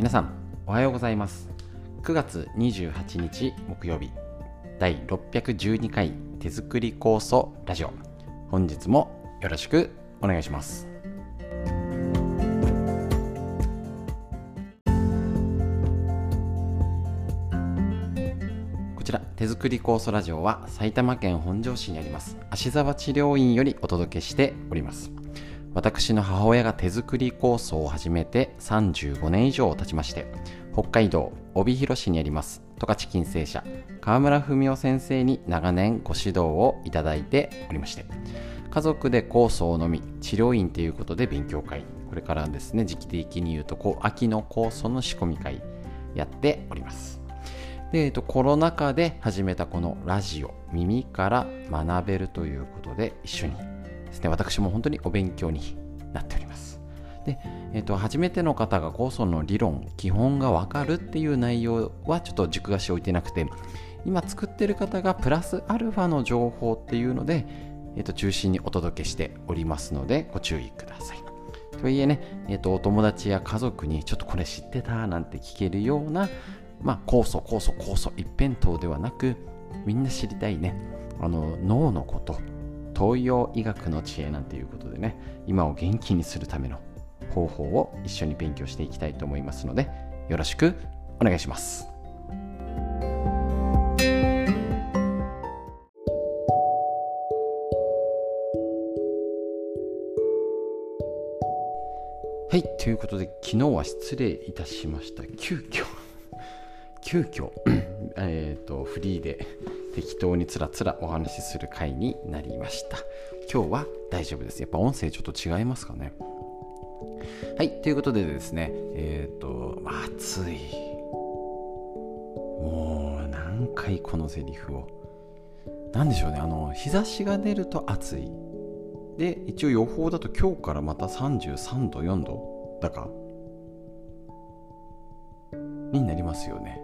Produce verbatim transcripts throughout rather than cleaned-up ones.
皆さんおはようございます。くがつにじゅうはちにち木曜日、だいろっぴゃくじゅうにかい手作り酵素ラジオ、本日もよろしくお願いします。こちら手作り酵素ラジオは埼玉県本庄市にあります芦沢治療院よりお届けしております。私の母親が手作り酵素を始めてさんじゅうごねん以上経ちまして、北海道帯広市にあります十勝金星社川村文夫先生に長年ご指導をいただいておりまして、家族で酵素を飲み治療院ということで勉強会、これからですね、時期的に言うとこう秋の酵素の仕込み会やっております。で、えっと、コロナ禍で始めたこのラジオ、耳から学べるということで一緒にですね、私も本当にお勉強になっております。で、えっと、初めての方が酵素の理論、基本がわかるっていう内容はちょっと軸足を置いてなくて、今作ってる方がプラスアルファの情報っていうので、えっと、中心にお届けしておりますのでご注意ください。とはいえね、えっと、お友達や家族にちょっとこれ知ってたなんて聞けるような、まあ、酵素、酵素、酵素一辺倒ではなく、みんな知りたいね、あの脳のこと、東洋医学の知恵なんていうことでね、今を元気にするための方法を一緒に勉強していきたいと思いますので、よろしくお願いします。はい、ということで昨日は失礼いたしました。急遽急遽えっとフリーで適当につらつらお話しする回になりました。今日は大丈夫です。やっぱ音声ちょっと違いますかね。はい、ということでですね、えっと暑い、もう何回このセリフを、なんでしょうね、あの日差しが出ると暑いで、一応予報だと今日からまたさんじゅうさんどよんどだかになりますよね。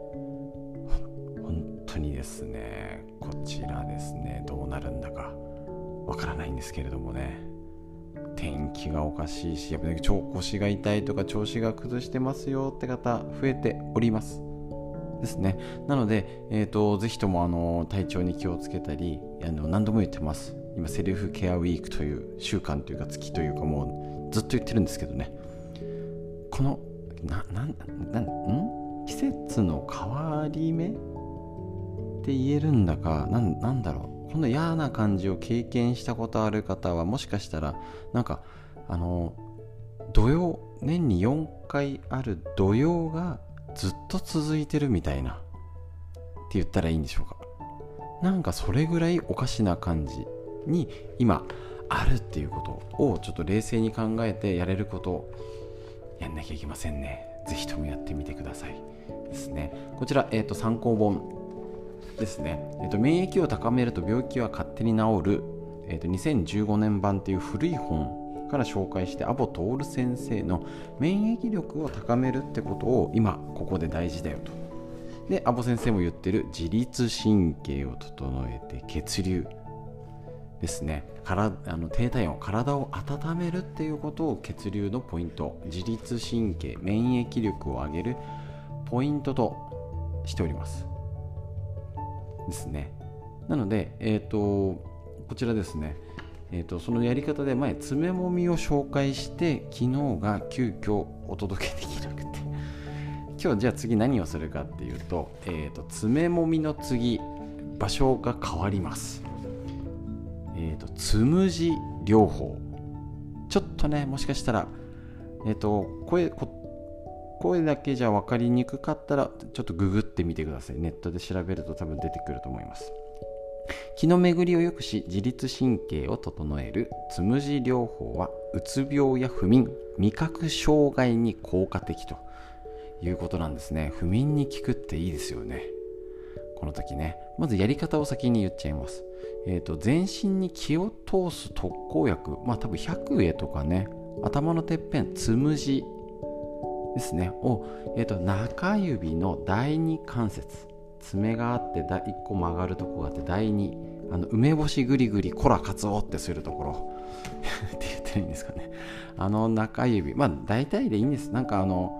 本当にですね、こちらですね、どうなるんだかわからないんですけれどもね、天気がおかしいし、やっぱり超腰が痛いとか調子が崩してますよって方増えておりますですね。なので、えーと、ぜひともあの体調に気をつけたり、あの何度も言ってます、今セルフケアウィークという週間というか月というか、もうずっと言ってるんですけどね、このななんなんん季節の変わり目って言えるんだか、な ん, なんだろうこの嫌な感じを経験したことある方は、もしかしたらなんかあの土曜、年によんかいある土曜がずっと続いてるみたいなって言ったらいいんでしょうか。なんかそれぐらいおかしな感じに今あるっていうことをちょっと冷静に考えて、やれることをやんなきゃいけませんね。ぜひともやってみてくださいですね。こちら、えーと、参考本ですね。えーと、免疫を高めると病気は勝手に治る、えーと、にせんじゅうごねん版っていう古い本から紹介して、アボトール先生の免疫力を高めるってことを今ここで大事だよと。で、アボ先生も言ってる自律神経を整えて血流ですね、からあの低体温、体を温めるっていうことを血流のポイント、自律神経、免疫力を上げるポイントとしておりますですね。なので、えーと、こちらですね、えーと、そのやり方で前爪もみを紹介して、昨日が急遽お届けできなくて、今日じゃあ次何をするかっていうと、えーと、爪もみの次場所が変わります。えーと、つむじ療法、ちょっとね、もしかしたら、えーと、声こ声だけじゃ分かりにくかったらちょっとググってみてください。ネットで調べると多分出てくると思います。気の巡りを良くし自律神経を整えるつむじ療法は、うつ病や不眠、味覚障害に効果的ということなんですね。不眠に効くっていいですよね。この時ね、まずやり方を先に言っちゃいます。えーと、全身に気を通す特効薬、まあ多分百会とかね、頭のてっぺん、つむじですねを、えーと、中指のだいに関節、爪があっていっこ曲がるところがあって、だいに、あの梅干しぐりぐりこらかつおってするところって言ってるんですかね。あの中指、まあ大体でいいんです。なんかあの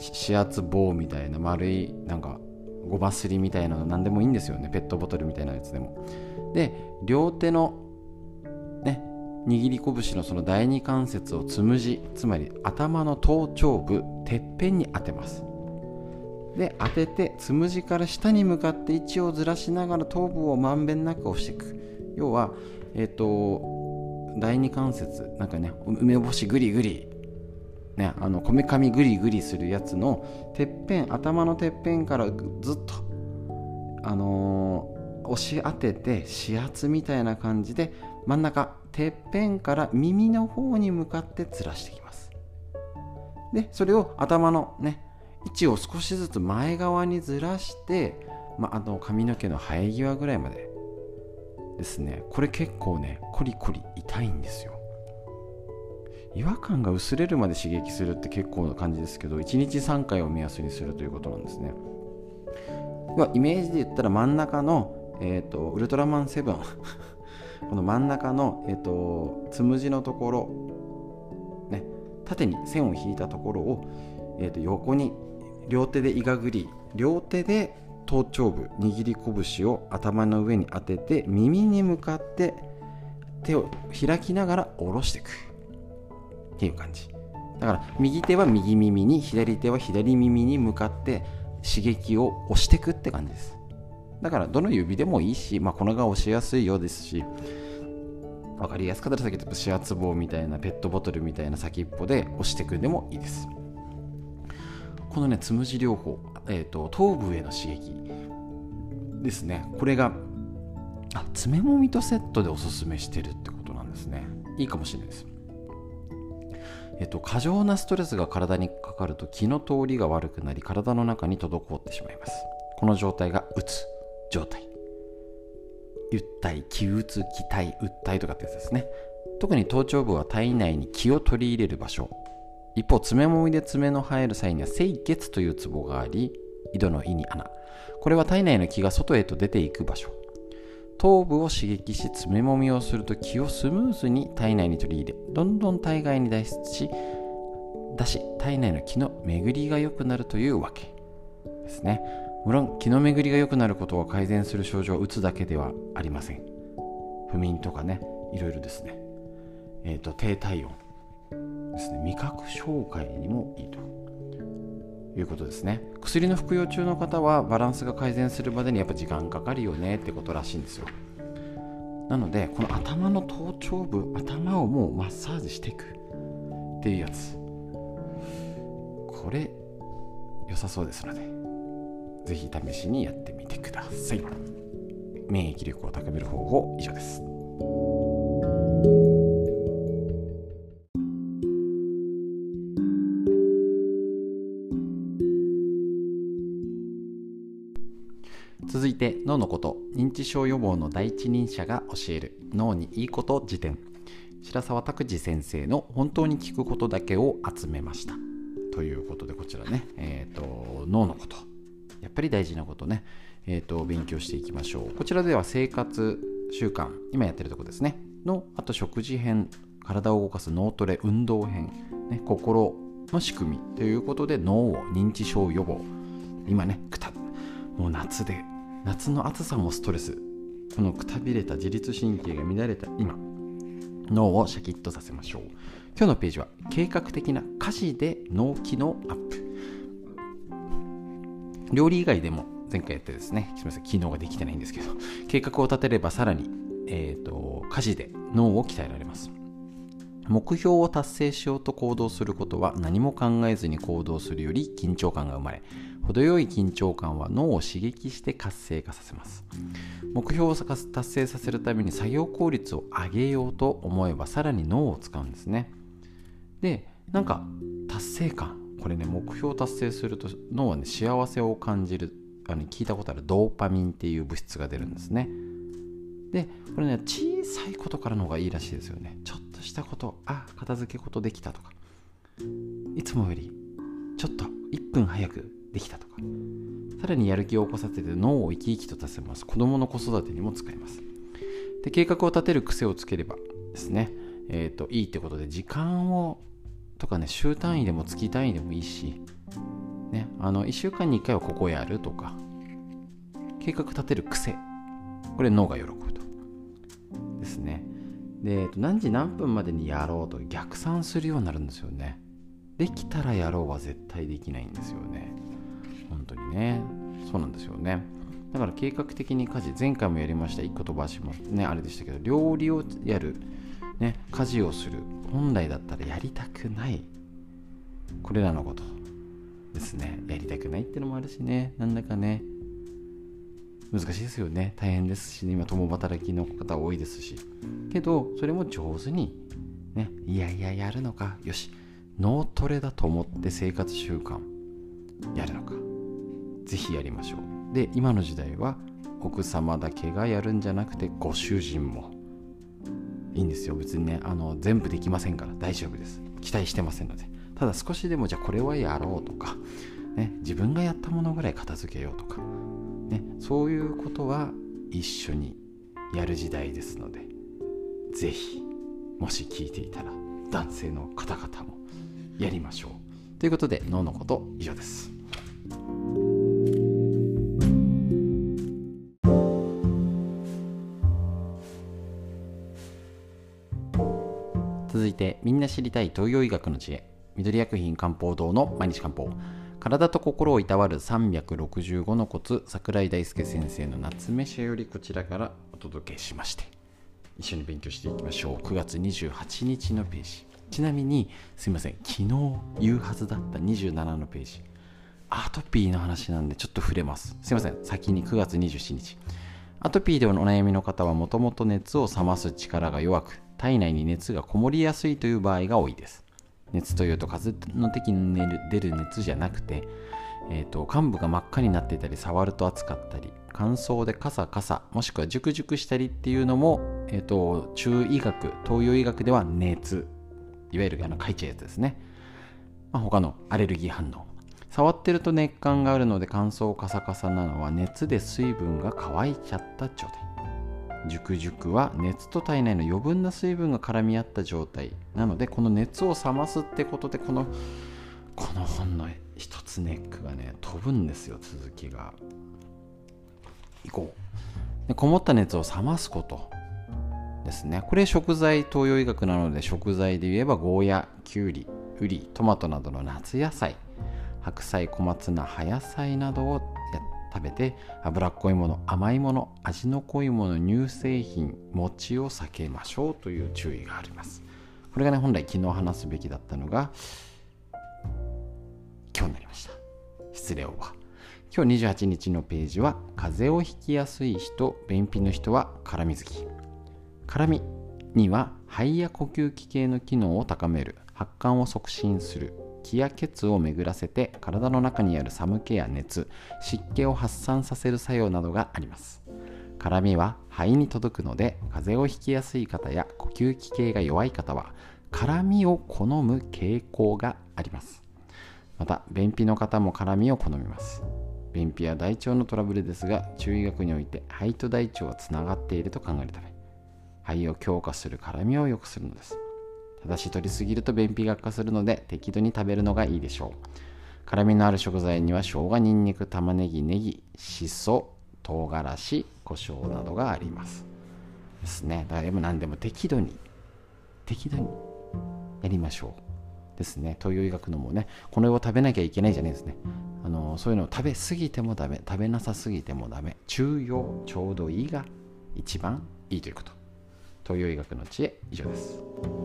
指圧棒みたいな丸いなんかごますりみたいなの何でもいいんですよね。ペットボトルみたいなやつでも。で両手のね握り拳のその第二関節をつむじ、つまり頭の頭頂部てっぺんに当てます。で当ててつむじから下に向かって位置をずらしながら頭部をまんべんなく押していく。要はえっと第二関節なんかね、梅干しグリグリね、あのこめかみグリグリするやつのてっぺん、頭のてっぺんからずっとあのー、押し当てて指圧みたいな感じで真ん中てっぺんから耳の方に向かってずらしていきます。でそれを頭のね位置を少しずつ前側にずらして、まあ、あの髪の毛の生え際ぐらいまでですね。これ結構ねコリコリ痛いんですよ。違和感が薄れるまで刺激するって結構な感じですけど、いちにちさんかいを目安にするということなんですね。イメージで言ったら真ん中の、えーと、ウルトラマンセブンこの真ん中の、えーと、つむじのところ、ね、縦に線を引いたところを、えーと、横に両手でいがぐり、両手で頭頂部握り拳を頭の上に当てて耳に向かって手を開きながら下ろしていくっていう感じだから、右手は右耳に、左手は左耳に向かって刺激を押していくって感じです。だからどの指でもいいし、まあ、このが押しやすいようですし、分かりやすかったらさっき言った指圧棒みたいなペットボトルみたいな先っぽで押していくでもいいです。このねつむじ療法、えーと、頭部への刺激ですね。これがあ爪もみとセットでおすすめしてるってことなんですね。いいかもしれないです。えっと、過剰なストレスが体にかかると気の通りが悪くなり、体の中に滞ってしまいます。この状態がうつ状態、鬱体、気うつ、気体、鬱体とかってやつですね。特に頭頂部は体内に気を取り入れる場所。一方、爪もみで爪の生える際には清穴というツボがあり、井戸の井に穴、これは体内の気が外へと出ていく場所。頭部を刺激し爪もみをすると気をスムーズに体内に取り入れ、どんどん体外に脱出し出し体内の気の巡りが良くなるというわけですね。もちろん気の巡りが良くなることを改善する症状はうつだけではありません。不眠とかね、いろいろですね、えーと、低体温ですね、味覚障害にもいいということですね。薬の服用中の方はバランスが改善するまでにやっぱ時間かかるよねってことらしいんですよ。なのでこの頭の頭頂部、頭をもうマッサージしていくっていうやつ、これ良さそうですのでぜひ試しにやってみてください。免疫力を高める方法、以上です。続いて脳のこと、認知症予防の第一人者が教える脳にいいこと辞典、白澤拓司先生の本当に聞くことだけを集めましたということで、こちらね、えーと、脳のこと、やっぱり大事なことね、えーと、勉強していきましょう。こちらでは生活習慣、今やってるとこですねの、あと食事編、体を動かす脳トレ、運動編、ね、心の仕組みということで脳を認知症予防、今ねくたもう夏で夏の暑さもストレス、このくたびれた自律神経が乱れた今、脳をシャキッとさせましょう。今日のページは計画的な家事で脳機能アップ。料理以外でも前回やってですね、すみません、機能ができてないんですけど、計画を立てればさらに、えーと、家事で脳を鍛えられます。目標を達成しようと行動することは、何も考えずに行動するより緊張感が生まれ、程よい緊張感は脳を刺激して活性化させます。目標を達成させるために作業効率を上げようと思えば、さらに脳を使うんですね。で、なんか達成感、これね、目標を達成すると脳はね、幸せを感じる、あの聞いたことあるドーパミンっていう物質が出るんですね。で、これね、小さいことからの方がいいらしいですよね。ちょっとしたこと、あ、片付けことできたとか、いつもよりちょっといっぷん早くできたとか、さらにやる気を起こさせて脳を生き生きとさせます。子供の子育てにも使えます。で、計画を立てる癖をつければですね、えーと、いいってことで、時間をとかね、週単位でも月単位でもいいし、 ね、あのいっしゅうかんにいっかいはここやるとか、計画立てる癖、これ脳が喜ぶとですね。で何時何分までにやろうと逆算するようになるんですよね。できたらやろうは絶対できないんですよね。本当にね、そうなんですよね。だから計画的に家事、前回もやりました、一個飛ばしますね、あれでしたけど、料理をやる、ね、家事をする、本来だったらやりたくない、これらのことですね。やりたくないってのもあるしね、なんだかね難しいですよね。大変ですし、ね、今共働きの方多いですし、けどそれも上手にね、いやいややるのか、よし脳トレだと思って生活習慣やるのか、ぜひやりましょう。で今の時代は奥様だけがやるんじゃなくて、ご主人もいいんですよ。別にね、あの全部できませんから大丈夫です。期待してませんので。ただ少しでも、じゃあこれはやろうとか、ね、自分がやったものぐらい片付けようとか、ね、そういうことは一緒にやる時代ですので、ぜひもし聞いていたら男性の方々もやりましょうということで、脳のこと以上です。続いて、みんな知りたい東洋医学の知恵、緑薬品漢方堂の毎日漢方、体と心をいたわるさんびゃくろくじゅうごのコツ、櫻井大輔先生の夏目社よりこちらからお届けしまして、一緒に勉強していきましょう。くがつにじゅうはちにちのページ、ちなみにすいません、昨日言うはずだったにじゅうななのページ、アトピーの話なんでちょっと触れます。すいません、先にくがつにじゅうしちにち、アトピーでお悩みの方はもともと熱を冷ます力が弱く、体内に熱がこもりやすいという場合が多いです。熱というと風邪の時に出る熱じゃなくて、えーと、患部が真っ赤になっていたり、触ると熱かったり、乾燥でカサカサ、もしくはジュクジュクしたりっていうのも、えーと、中医学、東洋医学では熱、いわゆるあの書いちゃうやつですね。まあ、他のアレルギー反応、触ってると熱感があるので、乾燥カサカサなのは熱で水分が乾いちゃった状態。ジュクジュクは熱と体内の余分な水分が絡み合った状態なので、この熱を冷ますってことで、このこの本の一つネックがね飛ぶんですよ。続きがいこうで、こもった熱を冷ますことですね。これ食材、東洋医学なので、食材で言えばゴーヤ、キュウリ、ウリ、トマトなどの夏野菜、白菜、小松菜、葉野菜などを食べて、脂っこいもの、甘いもの、味の濃いもの、乳製品、餅を避けましょうという注意があります。これがね、本来昨日話すべきだったのが今日になりました。失礼オーバー。今日にじゅうはちにちのページは、風邪をひきやすい人、便秘の人は辛み好き。辛みには肺や呼吸器系の機能を高める、発汗を促進する、気や血を巡らせて体の中にある寒気や熱、湿気を発散させる作用などがあります。辛みは肺に届くので、風邪をひきやすい方や呼吸器系が弱い方は辛みを好む傾向があります。また便秘の方も辛みを好みます。便秘は大腸のトラブルですが、中医学において肺と大腸はつながっていると考えるため、肺を強化する辛みを良くするのです。ただし摂りすぎると便秘が悪化するので、適度に食べるのがいいでしょう。辛みのある食材には生姜、ニンニク、玉ねぎ、ネギ、しそ、唐辛子、胡椒などがありますですね。だから何でも適度に適度にやりましょうですね。東洋医学のもね、これを食べなきゃいけないじゃないですね。あのそういうのを食べ過ぎてもダメ、食べなさすぎてもダメ、中庸、ちょうどいいが一番いいということ。東洋医学の知恵、以上です。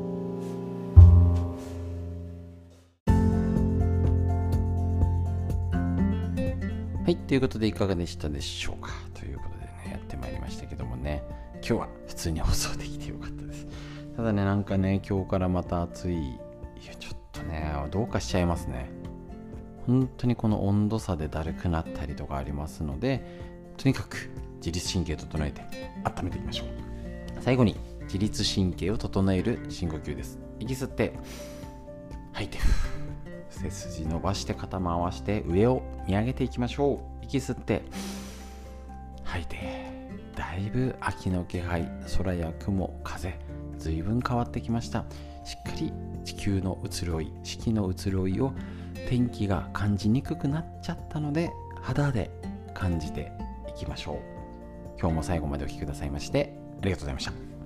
はい、ということでいかがでしたでしょうか。ということでね、やってまいりましたけどもね、今日は普通に放送できてよかったです。ただね、なんかね、今日からまた暑い、いやちょっとね、どうかしちゃいますね。本当にこの温度差でだるくなったりとかありますので、とにかく自律神経を整えて温めていきましょう。最後に自律神経を整える深呼吸です。息吸って吐いて、背筋伸ばして肩回して上を見上げていきましょう。息吸って吐いて、だいぶ秋の気配、空や雲、風、随分変わってきました。しっかり地球の移ろい、四季の移ろいを天気が感じにくくなっちゃったので、肌で感じていきましょう。今日も最後までお聞きくださいましてありがとうございました。